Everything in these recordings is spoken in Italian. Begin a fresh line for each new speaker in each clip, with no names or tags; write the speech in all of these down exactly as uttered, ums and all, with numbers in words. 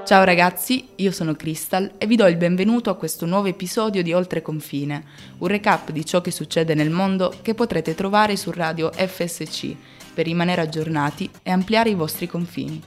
Ciao ragazzi, io sono Crystal e vi do il benvenuto a questo nuovo episodio di Oltre Confine, un recap di ciò che succede nel mondo che potrete trovare su Radio F S C per rimanere aggiornati e ampliare i vostri confini.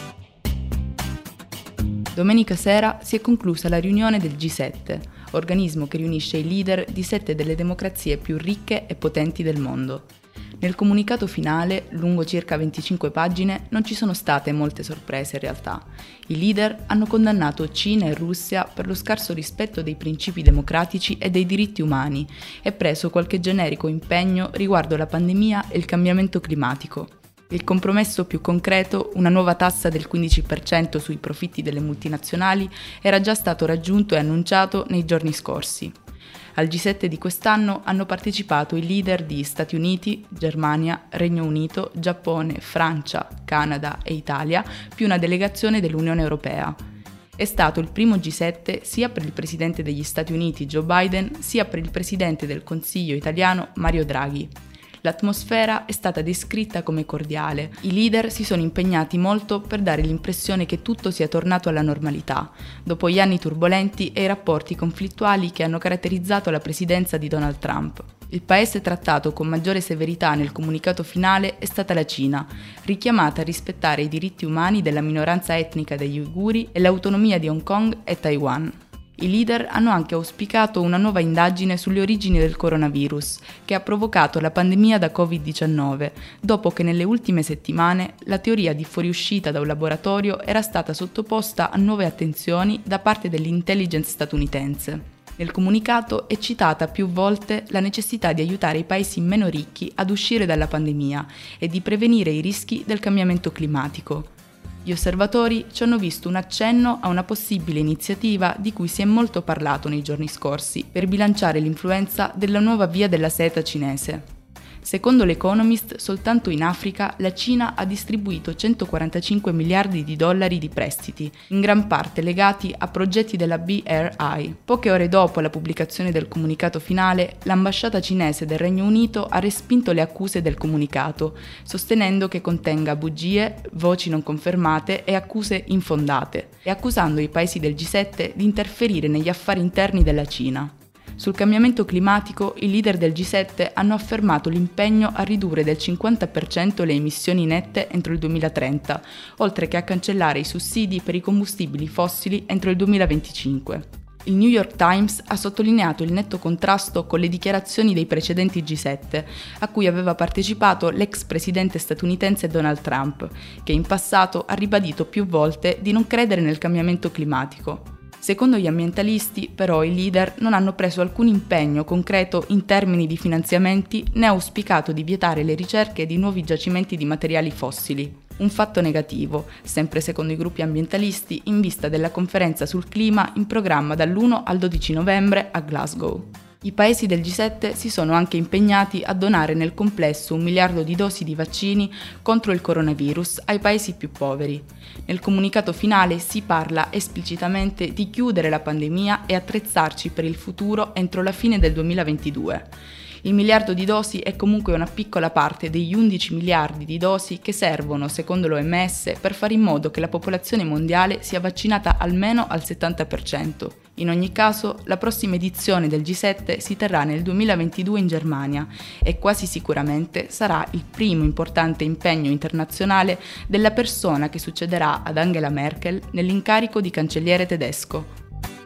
Domenica sera si è conclusa la riunione del G sette, organismo che riunisce i leader di sette delle democrazie più ricche e potenti del mondo. Nel comunicato finale, lungo circa venticinque pagine, non ci sono state molte sorprese in realtà. I leader hanno condannato Cina e Russia per lo scarso rispetto dei principi democratici e dei diritti umani e preso qualche generico impegno riguardo la pandemia e il cambiamento climatico. Il compromesso più concreto, una nuova tassa del quindici per cento sui profitti delle multinazionali, era già stato raggiunto e annunciato nei giorni scorsi. Al G sette di quest'anno hanno partecipato i leader di Stati Uniti, Germania, Regno Unito, Giappone, Francia, Canada e Italia, più una delegazione dell'Unione Europea. È stato il primo G sette sia per il presidente degli Stati Uniti Joe Biden, sia per il presidente del Consiglio italiano Mario Draghi. L'atmosfera è stata descritta come cordiale. I leader si sono impegnati molto per dare l'impressione che tutto sia tornato alla normalità, dopo gli anni turbolenti e i rapporti conflittuali che hanno caratterizzato la presidenza di Donald Trump. Il paese trattato con maggiore severità nel comunicato finale è stata la Cina, richiamata a rispettare i diritti umani della minoranza etnica degli uiguri e l'autonomia di Hong Kong e Taiwan. I leader hanno anche auspicato una nuova indagine sulle origini del coronavirus, che ha provocato la pandemia da covid diciannove, dopo che nelle ultime settimane la teoria di fuoriuscita da un laboratorio era stata sottoposta a nuove attenzioni da parte dell'intelligence statunitense. Nel comunicato è citata più volte la necessità di aiutare i paesi meno ricchi ad uscire dalla pandemia e di prevenire i rischi del cambiamento climatico. Gli osservatori ci hanno visto un accenno a una possibile iniziativa di cui si è molto parlato nei giorni scorsi per bilanciare l'influenza della nuova via della seta cinese. Secondo l'Economist, soltanto in Africa la Cina ha distribuito centoquarantacinque miliardi di dollari di prestiti, in gran parte legati a progetti della B R I. Poche ore dopo la pubblicazione del comunicato finale, l'ambasciata cinese del Regno Unito ha respinto le accuse del comunicato, sostenendo che contenga bugie, voci non confermate e accuse infondate, e accusando i paesi del G sette di interferire negli affari interni della Cina. Sul cambiamento climatico, i leader del G sette hanno affermato l'impegno a ridurre del cinquanta per cento le emissioni nette entro il duemilatrenta, oltre che a cancellare i sussidi per i combustibili fossili entro il duemilaventicinque. Il New York Times ha sottolineato il netto contrasto con le dichiarazioni dei precedenti G sette, a cui aveva partecipato l'ex presidente statunitense Donald Trump, che in passato ha ribadito più volte di non credere nel cambiamento climatico. Secondo gli ambientalisti, però, i leader non hanno preso alcun impegno concreto in termini di finanziamenti né auspicato di vietare le ricerche di nuovi giacimenti di materiali fossili. Un fatto negativo, sempre secondo i gruppi ambientalisti, in vista della conferenza sul clima in programma dall'primo al dodici novembre a Glasgow. I paesi del G sette si sono anche impegnati a donare nel complesso un miliardo di dosi di vaccini contro il coronavirus ai paesi più poveri. Nel comunicato finale si parla esplicitamente di chiudere la pandemia e attrezzarci per il futuro entro la fine del duemilaventidue. Il miliardo di dosi è comunque una piccola parte degli undici miliardi di dosi che servono, secondo l'O M S, per fare in modo che la popolazione mondiale sia vaccinata almeno al settanta per cento. In ogni caso, la prossima edizione del G sette si terrà nel duemilaventidue in Germania e quasi sicuramente sarà il primo importante impegno internazionale della persona che succederà ad Angela Merkel nell'incarico di cancelliere tedesco.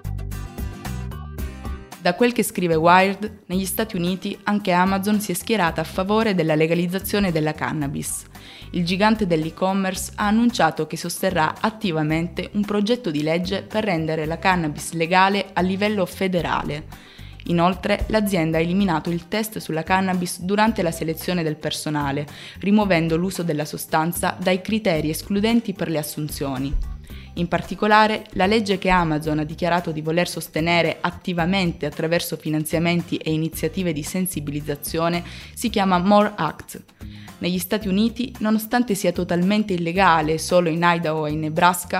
Da quel che scrive Wired, negli Stati Uniti anche Amazon si è schierata a favore della legalizzazione della cannabis. Il gigante dell'e-commerce ha annunciato che sosterrà attivamente un progetto di legge per rendere la cannabis legale a livello federale. Inoltre, l'azienda ha eliminato il test sulla cannabis durante la selezione del personale, rimuovendo l'uso della sostanza dai criteri escludenti per le assunzioni. In particolare, la legge che Amazon ha dichiarato di voler sostenere attivamente attraverso finanziamenti e iniziative di sensibilizzazione si chiama MORE Act. Negli Stati Uniti, nonostante sia totalmente illegale solo in Idaho e in Nebraska,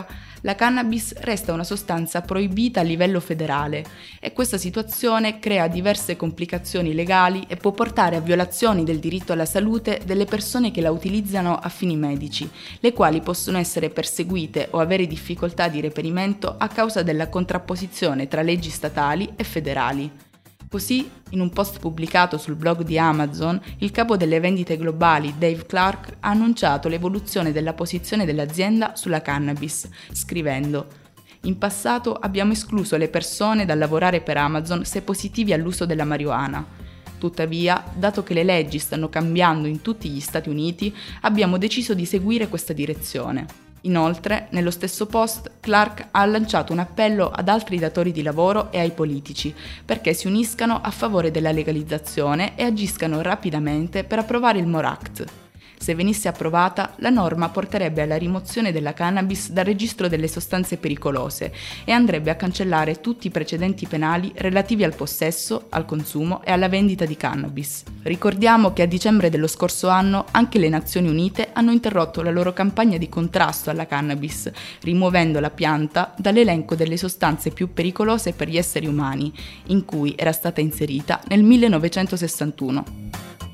la cannabis resta una sostanza proibita a livello federale e questa situazione crea diverse complicazioni legali e può portare a violazioni del diritto alla salute delle persone che la utilizzano a fini medici, le quali possono essere perseguite o avere difficoltà di reperimento a causa della contrapposizione tra leggi statali e federali. Così, in un post pubblicato sul blog di Amazon, il capo delle vendite globali Dave Clark ha annunciato l'evoluzione della posizione dell'azienda sulla cannabis, scrivendo: "In passato abbiamo escluso le persone dal lavorare per Amazon se positivi all'uso della marijuana. Tuttavia, dato che le leggi stanno cambiando in tutti gli Stati Uniti, abbiamo deciso di seguire questa direzione." Inoltre, nello stesso post, Clark ha lanciato un appello ad altri datori di lavoro e ai politici perché si uniscano a favore della legalizzazione e agiscano rapidamente per approvare il MORE Act. Se venisse approvata, la norma porterebbe alla rimozione della cannabis dal registro delle sostanze pericolose e andrebbe a cancellare tutti i precedenti penali relativi al possesso, al consumo e alla vendita di cannabis. Ricordiamo che a dicembre dello scorso anno anche le Nazioni Unite hanno interrotto la loro campagna di contrasto alla cannabis, rimuovendo la pianta dall'elenco delle sostanze più pericolose per gli esseri umani, in cui era stata inserita nel millenovecentosessantuno.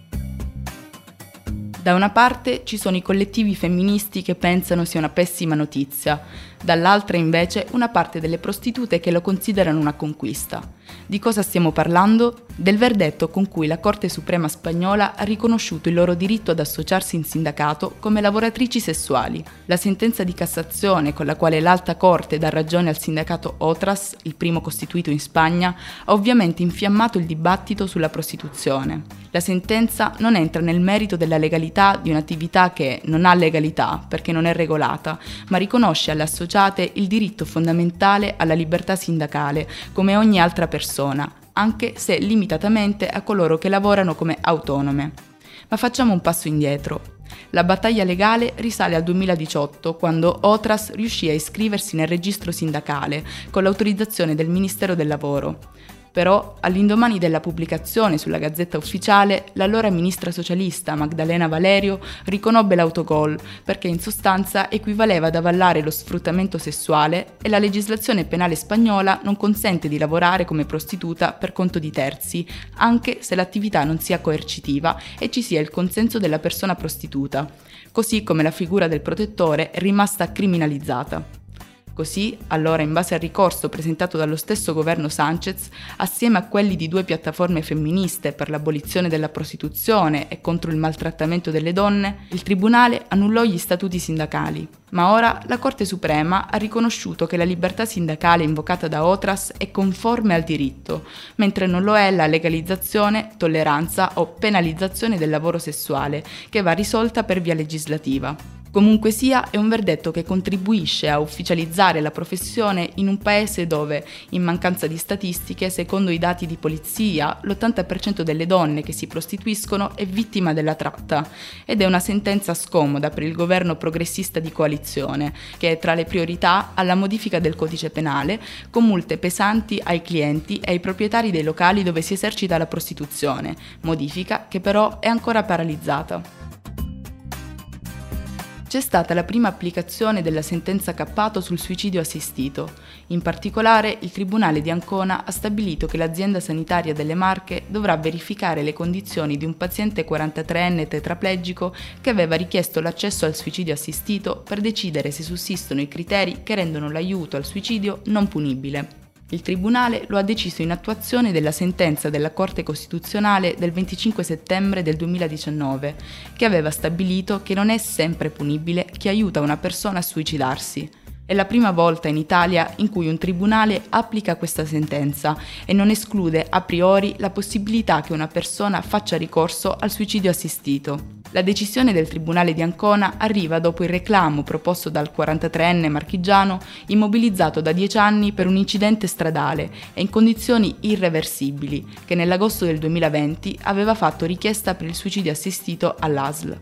Da una parte ci sono i collettivi femministi che pensano sia una pessima notizia, dall'altra invece una parte delle prostitute che lo considerano una conquista. Di cosa stiamo parlando? Del verdetto con cui la Corte Suprema spagnola ha riconosciuto il loro diritto ad associarsi in sindacato come lavoratrici sessuali. La sentenza di Cassazione con la quale l'Alta Corte dà ragione al sindacato Otras, il primo costituito in Spagna, ha ovviamente infiammato il dibattito sulla prostituzione. La sentenza non entra nel merito della legalità di un'attività che non ha legalità perché non è regolata, ma riconosce alle associate il diritto fondamentale alla libertà sindacale come ogni altra persona, anche se limitatamente a coloro che lavorano come autonome. Ma facciamo un passo indietro. La battaglia legale risale al duemiladiciotto, quando Otras riuscì a iscriversi nel registro sindacale con l'autorizzazione del Ministero del Lavoro. Però, all'indomani della pubblicazione sulla Gazzetta Ufficiale, l'allora ministra socialista Magdalena Valerio riconobbe l'autogol perché in sostanza equivaleva ad avallare lo sfruttamento sessuale e la legislazione penale spagnola non consente di lavorare come prostituta per conto di terzi, anche se l'attività non sia coercitiva e ci sia il consenso della persona prostituta, così come la figura del protettore è rimasta criminalizzata. Così, allora, in base al ricorso presentato dallo stesso governo Sánchez, assieme a quelli di due piattaforme femministe per l'abolizione della prostituzione e contro il maltrattamento delle donne, il tribunale annullò gli statuti sindacali. Ma ora la Corte Suprema ha riconosciuto che la libertà sindacale invocata da Otras è conforme al diritto, mentre non lo è la legalizzazione, tolleranza o penalizzazione del lavoro sessuale, che va risolta per via legislativa. Comunque sia, è un verdetto che contribuisce a ufficializzare la professione in un paese dove, in mancanza di statistiche, secondo i dati di polizia, l'ottanta per cento delle donne che si prostituiscono è vittima della tratta, ed è una sentenza scomoda per il governo progressista di coalizione, che tra le priorità ha la modifica del codice penale, con multe pesanti ai clienti e ai proprietari dei locali dove si esercita la prostituzione, modifica che però è ancora paralizzata. C'è stata la prima applicazione della sentenza Cappato sul suicidio assistito. In particolare, il Tribunale di Ancona ha stabilito che l'azienda sanitaria delle Marche dovrà verificare le condizioni di un paziente quarantatreenne tetraplegico che aveva richiesto l'accesso al suicidio assistito per decidere se sussistono i criteri che rendono l'aiuto al suicidio non punibile. Il Tribunale lo ha deciso in attuazione della sentenza della Corte Costituzionale del venticinque settembre del duemiladiciannove, che aveva stabilito che non è sempre punibile chi aiuta una persona a suicidarsi. È la prima volta in Italia in cui un tribunale applica questa sentenza e non esclude a priori la possibilità che una persona faccia ricorso al suicidio assistito. La decisione del Tribunale di Ancona arriva dopo il reclamo proposto dal quarantatreenne marchigiano immobilizzato da dieci anni per un incidente stradale e in condizioni irreversibili, che nell'agosto del duemilaventi aveva fatto richiesta per il suicidio assistito all'A S L.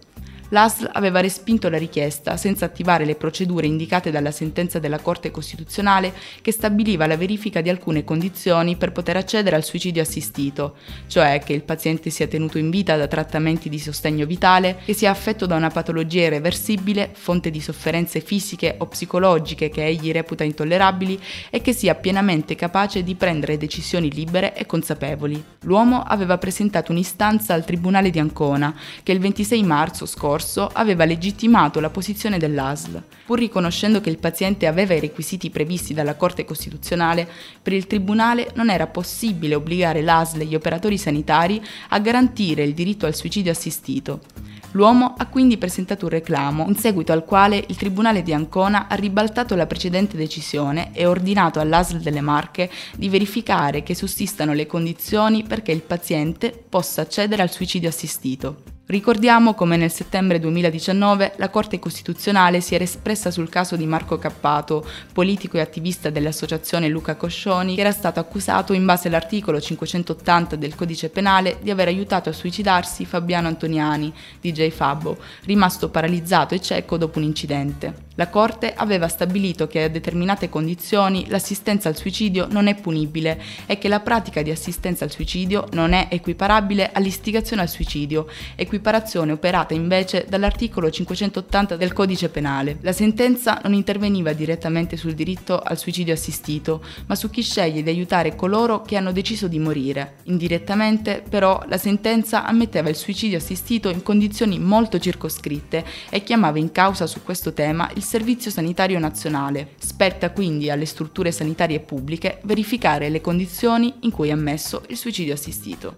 L'A S L aveva respinto la richiesta senza attivare le procedure indicate dalla sentenza della Corte Costituzionale che stabiliva la verifica di alcune condizioni per poter accedere al suicidio assistito, cioè che il paziente sia tenuto in vita da trattamenti di sostegno vitale, che sia affetto da una patologia irreversibile, fonte di sofferenze fisiche o psicologiche che egli reputa intollerabili e che sia pienamente capace di prendere decisioni libere e consapevoli. L'uomo aveva presentato un'istanza al Tribunale di Ancona, che il ventisei marzo scorso aveva legittimato la posizione dell'A S L. Pur riconoscendo che il paziente aveva i requisiti previsti dalla Corte Costituzionale, per il Tribunale non era possibile obbligare l'A S L e gli operatori sanitari a garantire il diritto al suicidio assistito. L'uomo ha quindi presentato un reclamo, in seguito al quale il Tribunale di Ancona ha ribaltato la precedente decisione e ordinato all'A S L delle Marche di verificare che sussistano le condizioni perché il paziente possa accedere al suicidio assistito. Ricordiamo come nel settembre duemiladiciannove la Corte Costituzionale si era espressa sul caso di Marco Cappato, politico e attivista dell'associazione Luca Coscioni, che era stato accusato in base all'articolo cinquecentottanta del Codice Penale di aver aiutato a suicidarsi Fabiano Antoniani, D J Fabbo, rimasto paralizzato e cieco dopo un incidente. La Corte aveva stabilito che a determinate condizioni l'assistenza al suicidio non è punibile e che la pratica di assistenza al suicidio non è equiparabile all'istigazione al suicidio, equiparazione operata invece dall'articolo cinquecentottanta del Codice Penale. La sentenza non interveniva direttamente sul diritto al suicidio assistito, ma su chi sceglie di aiutare coloro che hanno deciso di morire. Indirettamente, però, la sentenza ammetteva il suicidio assistito in condizioni molto circoscritte e chiamava in causa su questo tema il Servizio Sanitario Nazionale. Spetta quindi alle strutture sanitarie pubbliche verificare le condizioni in cui è ammesso il suicidio assistito.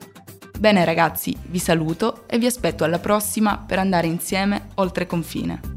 Bene ragazzi, vi saluto e vi aspetto alla prossima per andare insieme oltre confine.